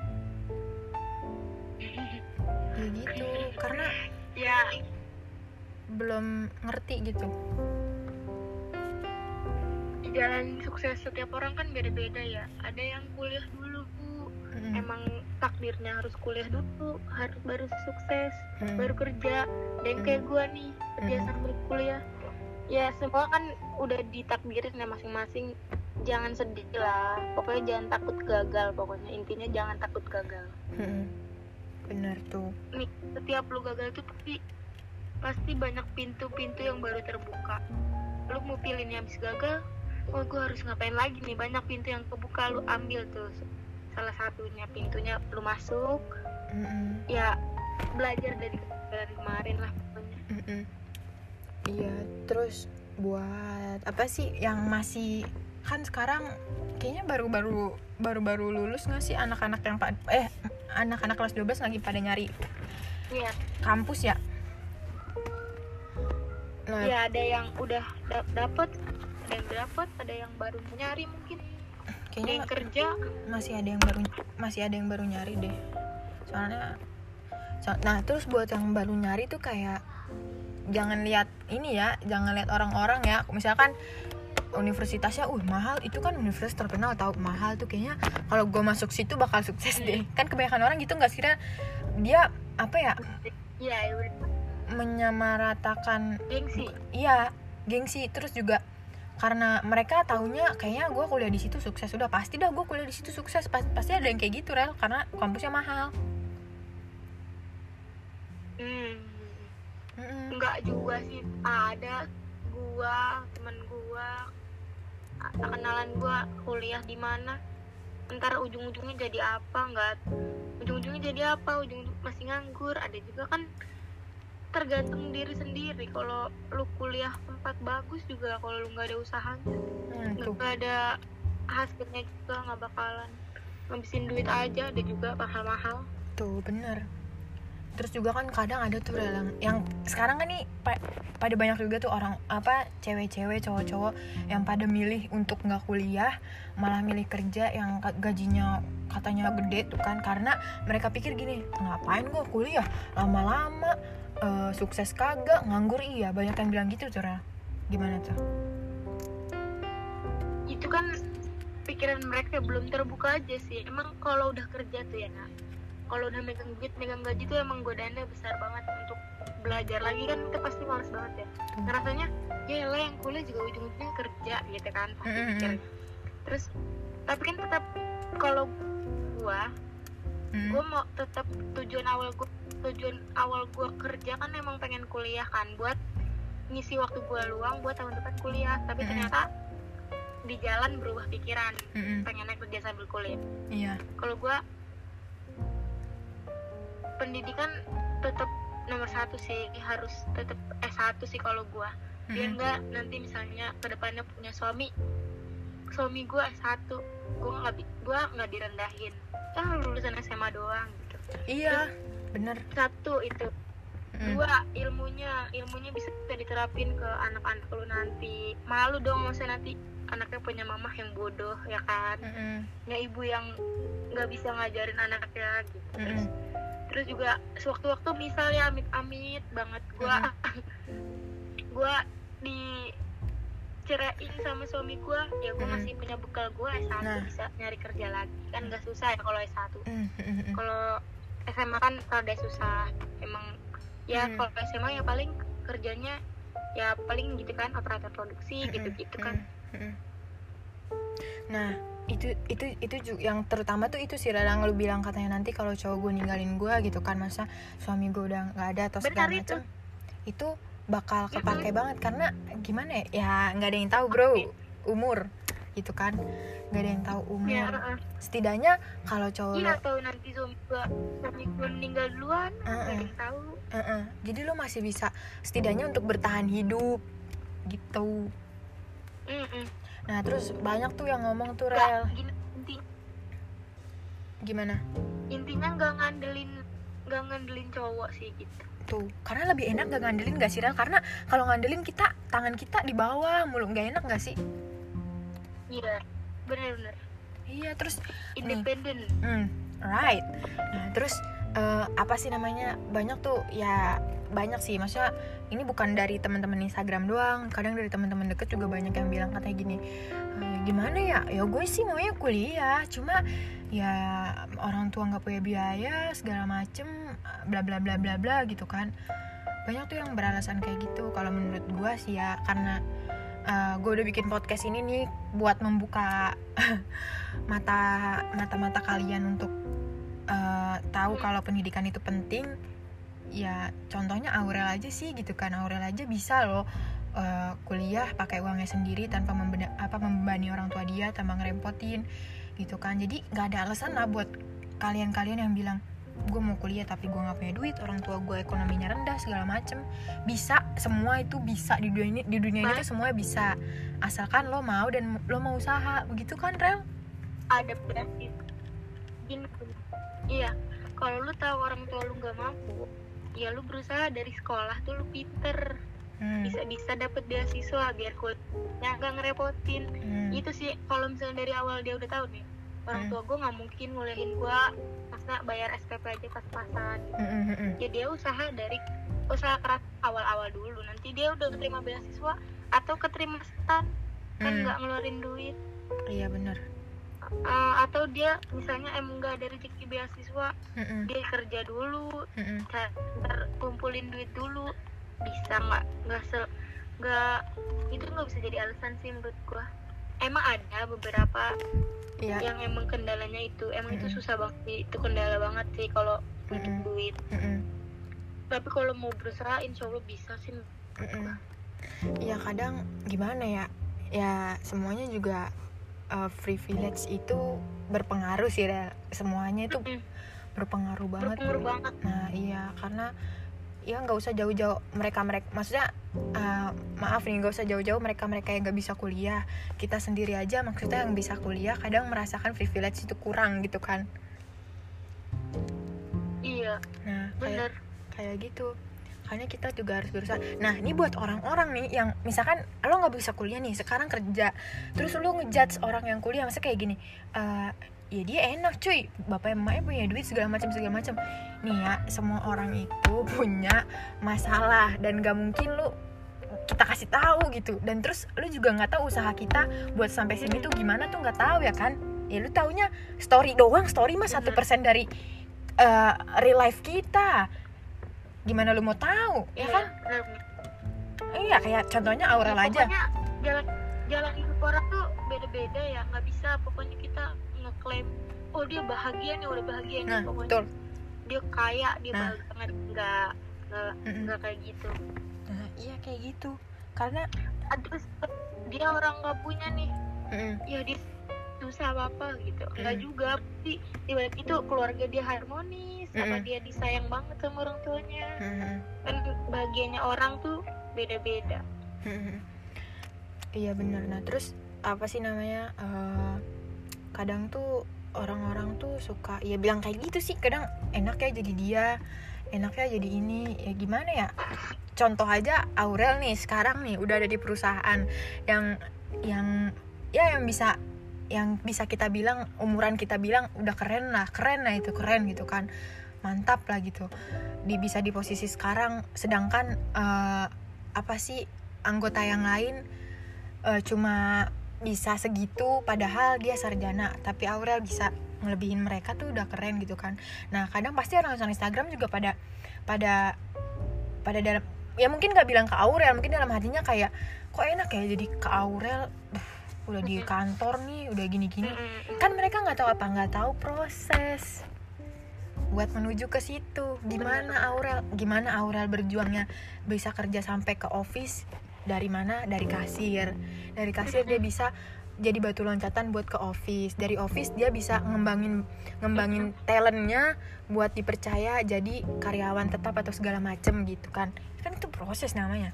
[SPEAKER 1] ya gitu, karena
[SPEAKER 2] ya
[SPEAKER 1] belum ngerti gitu.
[SPEAKER 2] Jalan sukses setiap orang kan beda-beda ya. Ada yang kuliah dulu emang takdirnya harus kuliah dulu, harus baru sukses, baru kerja. Dan kayak gue nih kerja sambil kuliah. Ya semua kan udah ditakdirin ya masing-masing. Jangan sedih lah, pokoknya jangan takut gagal. Pokoknya intinya jangan takut gagal.
[SPEAKER 1] Bener tuh.
[SPEAKER 2] Nih setiap lu gagal tuh pasti banyak pintu-pintu yang baru terbuka. Lu mau pilih nih habis gagal, oh gue harus ngapain lagi nih, banyak pintu yang kebuka, lu ambil tuh salah satunya, pintunya lu masuk. Ya belajar dari kegagalan kemarin lah pokoknya.
[SPEAKER 1] Iya, terus buat apa sih yang masih kan sekarang kayaknya baru lulus nggak sih anak-anak yang anak-anak kelas 12 lagi pada nyari kampus ya. Nah,
[SPEAKER 2] ya ada yang udah dapat, ada yang baru nyari mungkin. Kayaknya yang kerja
[SPEAKER 1] masih ada yang baru nyari deh. Nah, terus buat yang baru nyari tuh kayak jangan lihat orang-orang ya. Misalkan universitasnya mahal, itu kan universitas terkenal tahu, mahal tuh kayaknya kalau gue masuk situ bakal sukses deh. Kan kebanyakan orang gitu nggak sih, dia apa ya? Iya, menyamaratakan
[SPEAKER 2] gengsi.
[SPEAKER 1] Iya, gengsi. Terus juga karena mereka taunya kayaknya gue kuliah di situ sukses, udah pasti dah gue kuliah di situ sukses, pasti ada yang kayak gitu rel, karena kampusnya mahal.
[SPEAKER 2] Enggak juga sih, ada temen gua kenalan gua kuliah di mana, ntar ujung-ujungnya jadi apa, masih nganggur. Ada juga kan, tergantung diri sendiri. Kalau lu kuliah tempat bagus juga, kalau lu nggak ada usahanya, nggak ada hasilnya juga, nggak bakalan ngabisin duit aja. Ada juga mahal-mahal
[SPEAKER 1] tuh, bener. Terus juga kan kadang ada tuh yang sekarang kan nih pada banyak juga tuh orang cewek-cewek, cowok-cowok yang pada milih untuk nggak kuliah, malah milih kerja yang gajinya katanya gede tuh kan, karena mereka pikir gini, ngapain gue kuliah lama-lama, sukses kagak, nganggur iya. Banyak yang bilang gitu tuh Ra. Gimana tuh?
[SPEAKER 2] Itu kan pikiran mereka belum terbuka aja sih. Emang kalau udah kerja tuh ya, kalau udah megang duit, megang gaji tuh emang godaannya besar banget untuk belajar lagi kan. Itu pasti males banget ya. Rasanya ya lah, yang kuliah juga ujung-ujungnya kerja gitu kan, pasti pikirnya. Terus tapi kan tetap, kalau gua mau tetap tujuan awal gua kerja kan emang pengen kuliah kan, buat ngisi waktu gua luang buat tahun depan kuliah. Tapi ternyata di jalan berubah pikiran, pengennya kerja sambil kuliah.
[SPEAKER 1] Iya.
[SPEAKER 2] Kalau gua pendidikan tetap nomor 1 sih, harus tetap S1 sih kalau gua. Biar enggak nanti misalnya kedepannya punya suami gua S1, gua nggak direndahin. Lulusan SMA doang gitu.
[SPEAKER 1] Iya, bener.
[SPEAKER 2] 1 itu. 2, ilmunya bisa diterapin ke anak-anak lu nanti. Malu dong masa nanti anaknya punya mamah yang bodoh ya kan, ya ibu yang nggak bisa ngajarin anaknya gitu. Terus juga sewaktu-waktu misalnya amit-amit banget gua diceraiin sama suami gua, ya gua masih punya bekal gua S1, bisa nyari kerja lagi kan, nggak susah ya kalau S1. Kalau SMA kan rada susah emang ya. Kalau SMA ya paling kerjanya ya paling gitu kan, operator produksi gitu kan.
[SPEAKER 1] Nah itu yang terutama tuh itu sih yang lu bilang, katanya nanti kalau cowok gue ninggalin gue gitu kan, masa suami gue udah nggak ada atau segala macam, itu bakal kepake banget. Karena gimana ya nggak ada yang tahu bro umur gitu kan, nggak ada yang tahu umur. Setidaknya kalau cowok
[SPEAKER 2] lo tahu nanti suami gue meninggal duluan, nggak ada yang tahu.
[SPEAKER 1] Jadi lo masih bisa setidaknya untuk bertahan hidup gitu. Nah terus banyak tuh yang ngomong tuh Rel. Gimana?
[SPEAKER 2] Intinya nggak ngandelin cowok sih gitu.
[SPEAKER 1] Tuh, karena lebih enak gak ngandelin gak sih Rel? Karena kalau ngandelin kita, tangan kita di bawah mulu, gak enak gak sih?
[SPEAKER 2] Iya, benar-benar.
[SPEAKER 1] Iya, terus
[SPEAKER 2] independen.
[SPEAKER 1] Right. Nah terus apa sih namanya, banyak tuh ya, banyak sih, maksudnya ini bukan dari teman-teman Instagram doang, kadang dari teman-teman deket juga banyak yang bilang katanya gini, gimana ya gue sih maunya kuliah, cuma ya orang tua nggak punya biaya segala macem, bla bla bla bla bla gitu kan. Banyak tuh yang beralasan kayak gitu. Kalau menurut gue sih ya, karena gue udah bikin podcast ini nih buat membuka mata kalian untuk tahu kalau pendidikan itu penting. Ya contohnya Aurel aja sih gitu kan, Aurel aja bisa loh kuliah pakai uangnya sendiri tanpa membebani orang tua dia, tanpa ngerepotin gitu kan. Jadi nggak ada alasan lah buat kalian yang bilang gue mau kuliah tapi gue nggak punya duit, orang tua gue ekonominya rendah segala macem. Bisa, semua itu bisa di dunia ini tuh semuanya bisa, asalkan lo mau dan lo mau usaha, begitu kan Rel?
[SPEAKER 2] Ada berarti gini, iya, kalau lu tahu orang tua lu nggak mampu, ya lu berusaha dari sekolah tuh lu pinter, bisa dapat beasiswa biar kuliahnya nggak ngerepotin. Itu sih kalau misalnya dari awal dia udah tahu nih, orang tua gue nggak mungkin nguliahin gue, masa bayar SPP aja pas-pasan. Ya dia usaha keras awal-awal dulu, nanti dia udah keterima beasiswa atau keterima stan kan nggak ngeluarin duit.
[SPEAKER 1] Iya benar.
[SPEAKER 2] Atau dia misalnya emang nggak ada rezeki beasiswa, dia kerja dulu, ntar kumpulin duit dulu, bisa nggak nggak, itu nggak bisa jadi alasan sih menurut gua. Emang ada beberapa yang emang kendalanya itu emang itu susah banget sih, itu kendala banget sih kalau butuh duit. Tapi kalau mau berusaha insya Allah bisa sih.
[SPEAKER 1] Ya kadang gimana ya semuanya juga privilege itu berpengaruh sih Rel. Semuanya itu berpengaruh banget. Nah iya, karena ya nggak usah jauh-jauh mereka maksudnya maaf nih, nggak usah jauh-jauh mereka yang nggak bisa kuliah, kita sendiri aja maksudnya yang bisa kuliah kadang merasakan privilege itu kurang gitu kan.
[SPEAKER 2] Iya,
[SPEAKER 1] nah kayak gitu. Makanya kita juga harus berusaha. Nah ini buat orang-orang nih yang misalkan lo nggak bisa kuliah nih, sekarang kerja, terus lo ngejudge orang yang kuliah, masa kayak gini, ya dia enak cuy, bapak emaknya punya duit segala macam. Nih ya, semua orang itu punya masalah dan gak mungkin lu kita kasih tahu gitu. Dan terus lu juga nggak tahu usaha kita buat sampai sini tuh gimana tuh nggak tahu ya kan. Ya lu taunya story doang, story mah 1% dari real life kita. Gimana lu mau tahu ya kan? Iya, kayak contohnya Aurel aja.
[SPEAKER 2] Jalan hidup orang tuh beda-beda ya, nggak bisa pokoknya kita ngeklaim oh dia bahagia nih, udah bahagia nih, pokoknya betul. Dia kaya, dia bahagia banget, nggak kayak gitu.
[SPEAKER 1] Nah iya kayak gitu, karena
[SPEAKER 2] terus dia orang nggak punya nih, ya dia susah apa gitu, nggak juga sih. Dibalik itu keluarga dia harmonis, apa dia disayang banget sama orang tuanya. Kan bahagianya orang tuh beda-beda.
[SPEAKER 1] Iya benar. Nah terus apa sih namanya, kadang tuh orang-orang tuh suka ya bilang kayak gitu sih, kadang enaknya jadi dia, enaknya jadi ini, ya gimana ya. Contoh aja Aurel nih sekarang nih udah ada di perusahaan yang bisa kita bilang, umuran kita bilang udah keren lah itu keren gitu kan, mantap lah gitu, bisa di posisi sekarang. Sedangkan apa sih anggota yang lain cuma bisa segitu padahal dia sarjana, tapi Aurel bisa ngelebihin mereka tuh udah keren gitu kan. Nah kadang pasti orang-orang Instagram juga pada dalam, ya mungkin nggak bilang ke Aurel, mungkin dalam hatinya kayak kok enak ya jadi ke Aurel, udah di kantor nih udah gini-gini. Kan mereka nggak tahu proses buat menuju ke situ. Gimana Aurel berjuangnya bisa kerja sampai ke office. Dari mana? Dari kasir dia bisa jadi batu loncatan buat ke office. Dari office dia bisa ngembangin talentnya buat dipercaya jadi karyawan tetap atau segala macem gitu kan. Kan itu proses namanya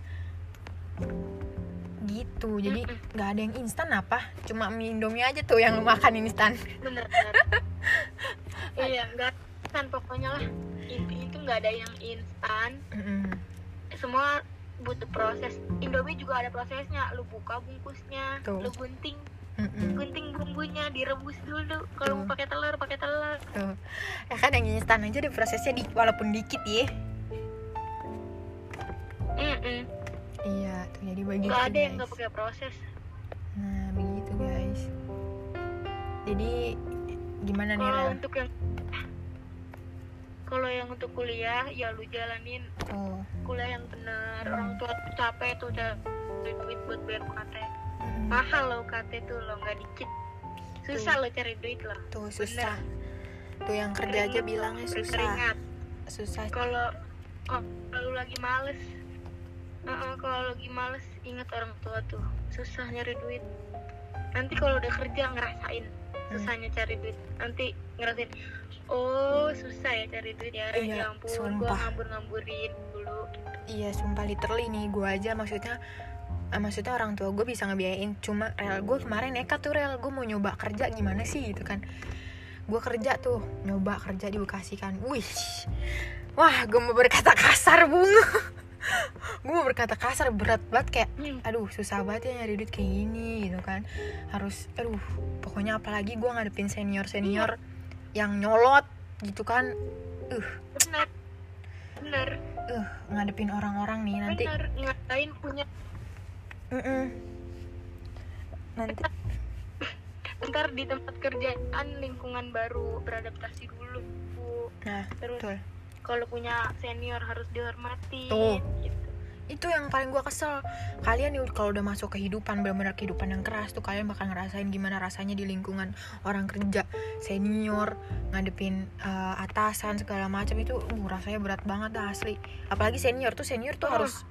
[SPEAKER 1] gitu. Jadi nggak ada yang instan apa, cuma mie Indomie aja tuh yang makan instan.
[SPEAKER 2] Bener. Iya, nggak instan pokoknya lah, intinya tuh nggak ada yang instan. Semua butuh proses. Indomie juga ada prosesnya, lu buka bungkusnya, tuh. Lu gunting bumbunya, direbus dulu. Kalau mau pakai telur tuh.
[SPEAKER 1] Ya kan yang instan aja ada prosesnya walaupun dikit ya. Iya tuh, jadi begitu
[SPEAKER 2] gak ada
[SPEAKER 1] guys.
[SPEAKER 2] Yang nggak pakai proses.
[SPEAKER 1] Nah begitu guys. Jadi gimana nih Rel?
[SPEAKER 2] Kalau yang untuk kuliah ya lu jalanin kuliah yang benar. Orang tua capek tuh udah duit buat bayar UKT. Mahal lo UKT tuh, lo nggak dikit. Susah lo cari duit lo.
[SPEAKER 1] Tuh susah. Tuh yang kerja aja bilangnya susah. Kalau
[SPEAKER 2] lu lagi males, ingat orang tua tuh susah nyari duit. Nanti kalau udah kerja ngerasain susahnya cari duit. Nanti ngerasain oh susah ya cari duit ya. Ya ampun, gue ngambur-ngamburin dulu gitu.
[SPEAKER 1] Iya sumpah, literally nih gue aja maksudnya orang tua gue bisa ngebiayain. Cuma Rel, gue kemarin nekat tuh Rel, gue mau nyoba kerja gimana sih gitu kan. Gue kerja tuh, nyoba kerja di Bekasi kan. Wah gue mau berkata kasar gue mau berkata kasar, berat banget kayak aduh susah banget ya nyari duit kayak gini gitu kan. Harus pokoknya apalagi gue ngadepin senior yang nyolot gitu kan.
[SPEAKER 2] Bener.
[SPEAKER 1] Ngadepin orang-orang nih nanti.
[SPEAKER 2] Bener, ngatain punya.
[SPEAKER 1] Nanti.
[SPEAKER 2] Ntar di tempat kerjaan lingkungan baru, beradaptasi dulu.
[SPEAKER 1] Nah,
[SPEAKER 2] terus
[SPEAKER 1] betul.
[SPEAKER 2] Kalau punya senior harus dihormati.
[SPEAKER 1] Tuh.
[SPEAKER 2] Gitu.
[SPEAKER 1] Itu yang paling gue kesel. Kalian nih kalau udah masuk kehidupan, benar-benar kehidupan yang keras tuh, kalian bakal ngerasain gimana rasanya di lingkungan orang kerja, senior, ngadepin atasan segala macam itu. Rasanya berat banget dah, asli. Apalagi senior tuh harus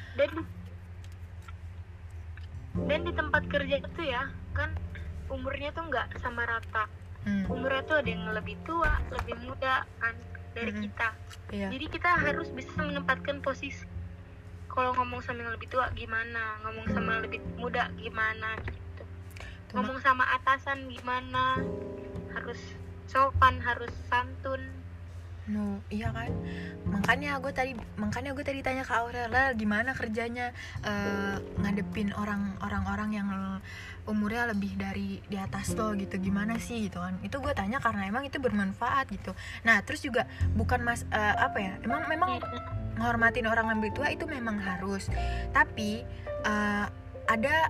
[SPEAKER 2] dan di tempat kerja itu ya kan umurnya tuh nggak sama rata. Umurnya tuh ada yang lebih tua, lebih muda kan dari kita. Jadi kita harus bisa menempatkan posisi. Kalau ngomong sama yang lebih tua gimana, ngomong sama yang lebih muda gimana gitu. Ngomong sama atasan gimana, harus sopan, harus santun.
[SPEAKER 1] No, iya kan. Makanya gue tadi tanya ke Aurel, gimana kerjanya ngadepin orang-orang yang umurnya lebih dari di atas lo gitu, gimana sih gitu kan. Itu gue tanya karena emang itu bermanfaat gitu. Nah terus juga bukan memang menghormatin orang lebih tua itu memang harus, tapi ada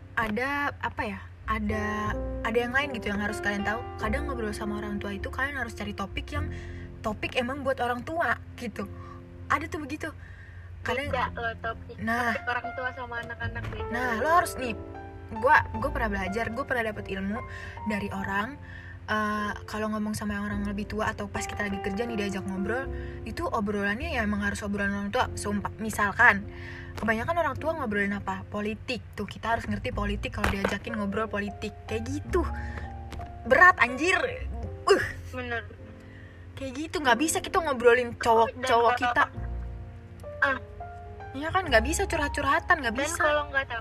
[SPEAKER 1] yang lain gitu yang harus kalian tahu. Kadang ngobrol sama orang tua itu kalian harus cari topik emang buat orang tua gitu. Ada tuh begitu. Kalian
[SPEAKER 2] topik orang tua sama anak-anak beda.
[SPEAKER 1] Nah, lo harus nih. Gue pernah belajar, gue pernah dapet ilmu dari orang. Kalau ngomong sama orang lebih tua atau pas kita lagi kerja nih diajak ngobrol, itu obrolannya ya emang harus obrolan orang tua. Misalkan kebanyakan orang tua ngobrolin apa? Politik. Tuh kita harus ngerti politik kalau diajakin ngobrol politik. Kayak gitu. Berat anjir.
[SPEAKER 2] Bener.
[SPEAKER 1] Kayak gitu, nggak bisa kita ngobrolin cowok kita. Iya kan, nggak bisa curhat-curhatan, nggak bisa.
[SPEAKER 2] Dan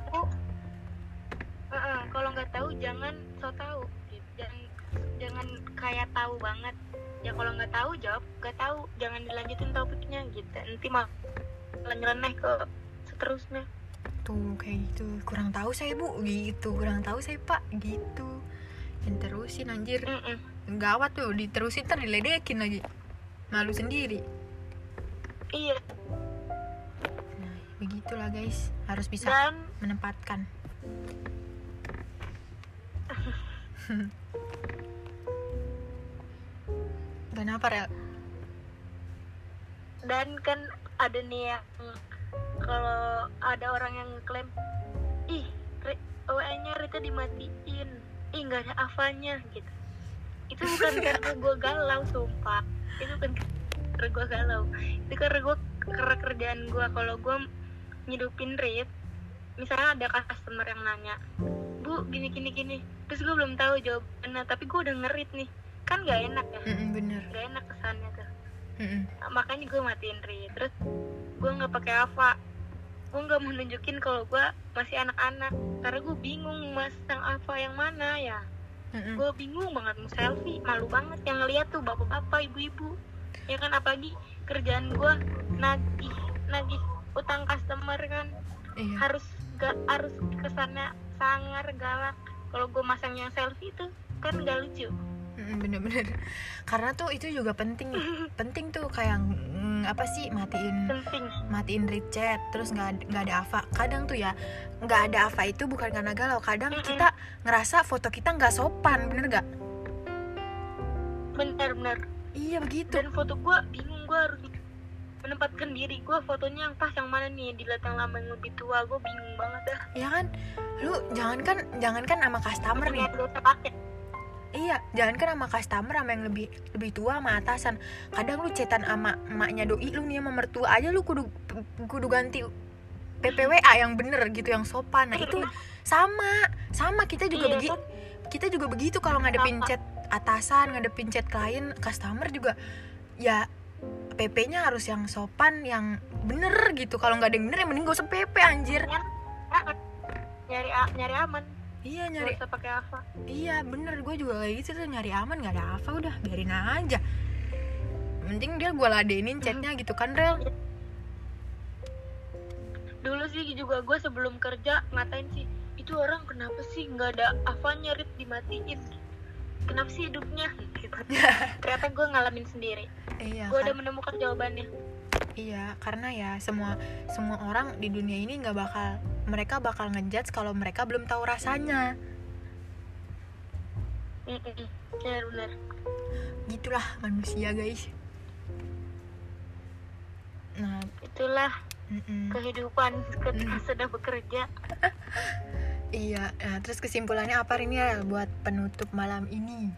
[SPEAKER 2] kalau nggak tahu jangan so tahu. Jangan kayak tahu banget. Ya kalau nggak tahu jawab nggak tahu, jangan dilanjutin topiknya gitu. Nanti malah nyeleneh ke seterusnya.
[SPEAKER 1] Tuh kayak gitu, kurang tahu saya bu, gitu, kurang tahu saya pak, gitu. Dan terusin anjir. Gawat tuh, diterusin ntar diledekin lagi, malu sendiri.
[SPEAKER 2] Iya.
[SPEAKER 1] Nah begitulah guys, harus bisa menempatkan. Kenapa Rel?
[SPEAKER 2] Dan kan ada nih yang kalau ada orang yang ngeklaim, WA-nya Rita dimatiin, nggak ada Avanya gitu. Itu bukan karena gue galau, sumpah. Itu bukan karena gue galau. Itu karena kerjaan gue. Kalau gue nyidupin Rit, misalnya ada customer yang nanya, Bu, gini. Terus gue belum tahu jawabannya, tapi gue udah ngerit nih. Kan gak enak ya?
[SPEAKER 1] Bener.
[SPEAKER 2] Gak enak kesannya tuh. Makanya gue matiin Rit. Terus gue gak pakai Ava. Gue gak mau nunjukin kalau gue masih anak-anak. Karena gue bingung masang Ava yang mana ya. Gue bingung banget mau selfie, malu banget yang ngeliat tuh bapak-bapak, ibu-ibu. Ya kan, apalagi kerjaan gue nagih utang customer kan.
[SPEAKER 1] Iya.
[SPEAKER 2] Harus kesannya sangar, galak. Kalau gue masang yang selfie tuh kan gak lucu.
[SPEAKER 1] Bener-bener. Karena tuh itu juga penting tuh kayak matiin read chat, terus nggak ada Ava. Kadang tuh ya nggak ada Ava itu bukan karena galau, kadang kita ngerasa foto kita nggak sopan, bener nggak?
[SPEAKER 2] Bener.
[SPEAKER 1] Iya begitu.
[SPEAKER 2] Dan foto gue bingung, gue harus menempatkan diri gue fotonya yang pas yang mana nih, dilihat yang lama yang lebih tua, gue bingung banget dah.
[SPEAKER 1] Iya kan, lu jangankan sama customer nih. Iya, jangankan sama customer, sama yang lebih tua, sama atasan. Kadang lu chatan sama emaknya doi lu nih, sama mertua aja lu kudu ganti PPWA yang bener gitu, yang sopan. Nah itu sama kita juga begitu kalau ngadepin chat atasan, ngadepin chat klien, customer juga ya PP-nya harus yang sopan, yang bener gitu. Kalau nggak ada yang bener, yang mending gak usah PP anjir.
[SPEAKER 2] Nyari aman.
[SPEAKER 1] Iya, nyari.
[SPEAKER 2] Gak usah pakai Ava.
[SPEAKER 1] Iya bener, gue juga kayak gitu tuh, nyari aman, nggak ada Ava udah biarin aja. Mending dia gue ladenin chatnya gitu kan Rel.
[SPEAKER 2] Dulu sih juga gue sebelum kerja ngatain sih, itu orang kenapa sih nggak ada Avanya, Rit, dimatiin. Kenapa sih hidupnya? Gitu. Ternyata gue ngalamin sendiri.
[SPEAKER 1] Iya,
[SPEAKER 2] gue udah menemukan jawabannya.
[SPEAKER 1] Iya, karena ya semua orang di dunia ini mereka bakal ngejudge kalau mereka belum tahu rasanya.
[SPEAKER 2] Benar.
[SPEAKER 1] Gitulah manusia guys. Nah,
[SPEAKER 2] itulah kehidupan ketika sedang bekerja.
[SPEAKER 1] Iya, nah, terus kesimpulannya apa ini ya buat penutup malam ini?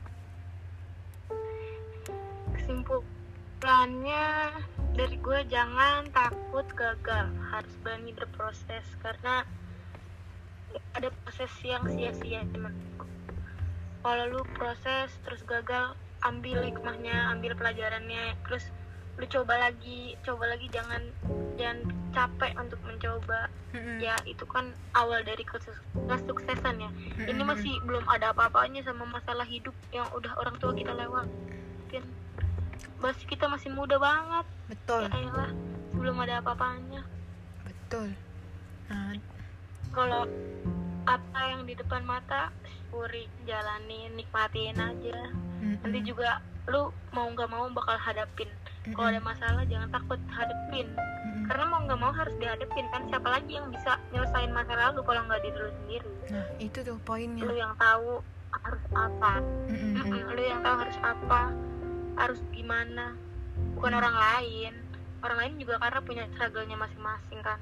[SPEAKER 2] Kesimpulannya dari gue, jangan takut gagal, harus berani berproses, karena ada proses yang sia-sia menurutku. Kalau lu proses terus gagal, ambil hikmahnya, ambil pelajarannya, terus lu coba lagi, jangan capek untuk mencoba. Ya itu kan awal dari kesuksesan ya. Ini masih belum ada apa-apanya sama masalah hidup yang udah orang tua kita lewatin. Masih kita masih muda banget.
[SPEAKER 1] Betul.
[SPEAKER 2] Ya elah, belum ada apa-apanya.
[SPEAKER 1] Betul. Nah,
[SPEAKER 2] kalau apa yang di depan mata, syukuri, jalanin, nikmatin aja. Nanti juga lu mau nggak mau bakal hadapin. Kalau ada masalah jangan takut, hadepin. Karena mau nggak mau harus dihadepin kan. Siapa lagi yang bisa nyelesain masalah lu kalau nggak diri lu sendiri?
[SPEAKER 1] Nah itu tuh poinnya.
[SPEAKER 2] Lu yang tahu harus apa. Lu yang tahu harus apa, harus gimana. Bukan orang lain. Orang lain juga karena punya struggle-nya masing-masing kan.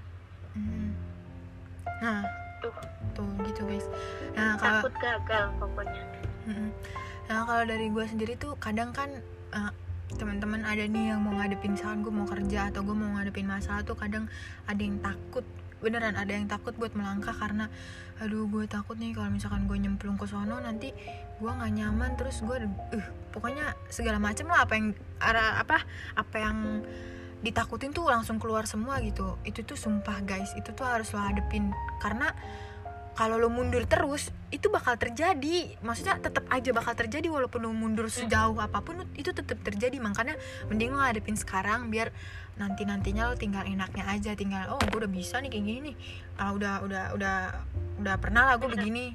[SPEAKER 1] Nah tuh gitu guys. Nah
[SPEAKER 2] takut gagal pokoknya.
[SPEAKER 1] Nah kalau dari gue sendiri tuh kadang kan teman-teman ada nih yang mau ngadepin, misalkan gue mau kerja atau gue mau ngadepin masalah tuh kadang ada yang takut, beneran ada yang takut buat melangkah karena aduh gue takut nih kalau misalkan gue nyemplung ke sono nanti gue nggak nyaman, terus gue pokoknya segala macam lah, apa yang ditakutin tuh langsung keluar semua gitu. Itu tuh sumpah guys, itu tuh harus lo hadepin, karena kalau lo mundur terus itu bakal terjadi, maksudnya tetap aja bakal terjadi walaupun lo mundur sejauh apapun itu tetap terjadi. Makanya mending lo hadepin sekarang biar nantinya lo tinggal enaknya aja, tinggal gue udah bisa nih kayak gini nih, udah pernah lah gue begini.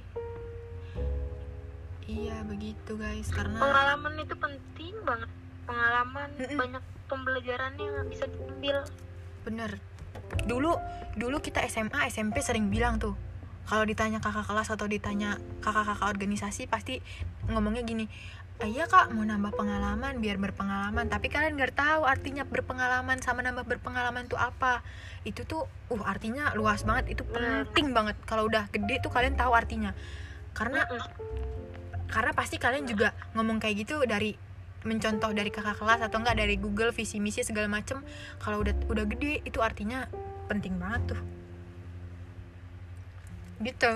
[SPEAKER 1] Iya begitu guys, karena
[SPEAKER 2] pengalaman itu penting banget. Pengalaman banyak pembelajarannya yang bisa diambil.
[SPEAKER 1] Bener. Dulu kita SMA SMP sering bilang tuh, kalau ditanya kakak kelas atau ditanya kakak-kakak organisasi pasti ngomongnya gini, iya kak mau nambah pengalaman biar berpengalaman. Tapi kalian nggak tahu artinya berpengalaman sama nambah berpengalaman tuh apa. Itu tuh artinya luas banget, itu penting banget. Kalau udah gede tuh kalian tahu artinya, karena pasti kalian juga ngomong kayak gitu dari mencontoh dari kakak kelas atau enggak dari Google visi misi segala macem. Kalau udah gede itu artinya penting banget tuh gitu.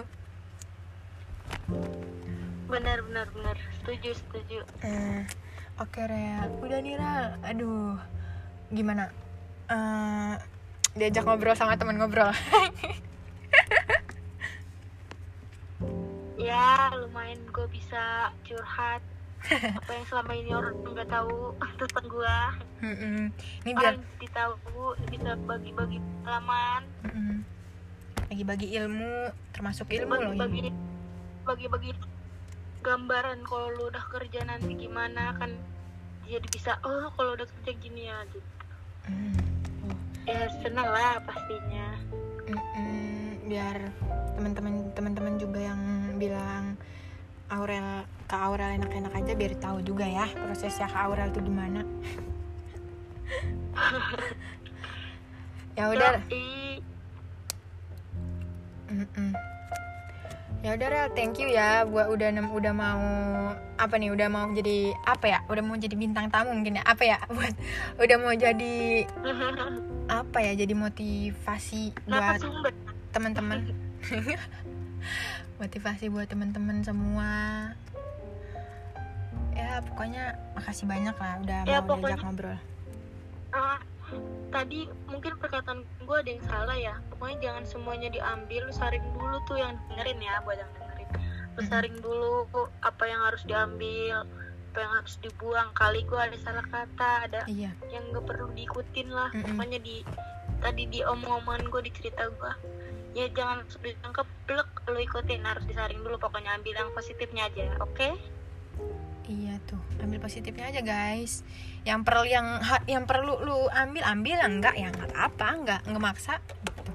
[SPEAKER 2] Benar setuju.
[SPEAKER 1] Oke Rel, udah nih Rel, aduh gimana diajak ngobrol sama teman ngobrol?
[SPEAKER 2] Ya lumayan gue bisa curhat apa yang selama ini orang nggak tahu tentang gue.
[SPEAKER 1] Ini biar
[SPEAKER 2] ditahu, bisa bagi-bagi pengalaman,
[SPEAKER 1] bagi-bagi ilmu, termasuk ilmu loh ini.
[SPEAKER 2] Bagi-bagi gambaran kalau lu udah kerja nanti gimana kan, jadi bisa kalau udah kerja gini ya gitu. Ya seneng lah pastinya.
[SPEAKER 1] Biar teman-teman juga yang bilang Kak Aurel enak-enak aja, biar tahu juga ya prosesnya Kak Aurel tuh gimana. Ya udah. Ya udah Rel, thank you ya buat udah mau udah mau jadi udah mau jadi bintang tamu mungkin ya, buat udah mau jadi jadi motivasi buat teman-teman. Motivasi buat teman-teman semua. Ya pokoknya makasih banyak lah udah mau diajak ngobrol.
[SPEAKER 2] Tadi mungkin perkataan gue ada yang salah ya. Pokoknya jangan semuanya diambil, lu saring dulu tuh yang dengerin ya, buat yang dengerin. Lu saring dulu apa yang harus diambil, apa yang harus dibuang. Kali gue ada salah kata, ada yang gak perlu diikutin lah. Pokoknya tadi di omong-omongan gue, di cerita gue, ya jangan ditangkap plek, lu ikutin, harus disaring dulu. Pokoknya ambil yang positifnya aja, oke?
[SPEAKER 1] Iya tuh, ambil positifnya aja guys. Yang perlu lu ambil, yang enggak ya enggak apa, enggak maksa gitu.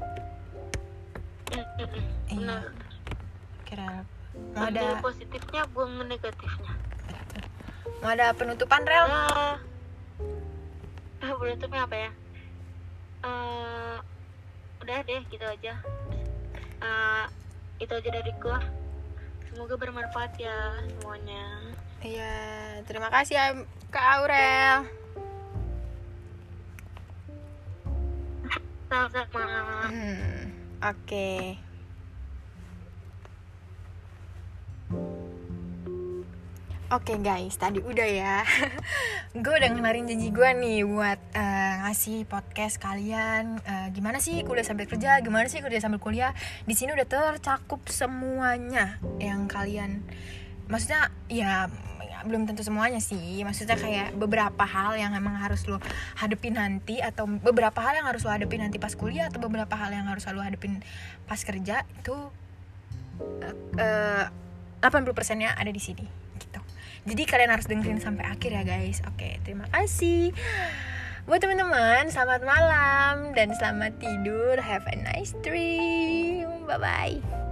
[SPEAKER 1] Iya. Kira mau ada
[SPEAKER 2] positifnya, buang negatifnya.
[SPEAKER 1] Mau ada penutupan Rel?
[SPEAKER 2] Penutupnya apa ya? Udah deh gitu aja. Itu aja dari gua. Semoga bermanfaat ya semuanya.
[SPEAKER 1] Iya, terima kasih ya Kak Aurel.
[SPEAKER 2] Sama-sama.
[SPEAKER 1] Oke. Oke guys, tadi udah ya. Gue udah ngenarin janji gue nih buat ngasih podcast kalian. Gimana sih kuliah sambil kerja? Gimana sih kerja sambil kuliah? Di sini udah tercakup semuanya yang kalian. Maksudnya ya belum tentu semuanya sih. Maksudnya kayak beberapa hal yang emang harus lo hadepin nanti, atau beberapa hal yang harus lo hadepin nanti pas kuliah, atau beberapa hal yang harus lo hadepin pas kerja itu 80%-nya ada di sini gitu. Jadi kalian harus dengerin sampai akhir ya guys. Oke, terima kasih buat teman-teman. Selamat malam dan selamat tidur. Have a nice dream. Bye bye.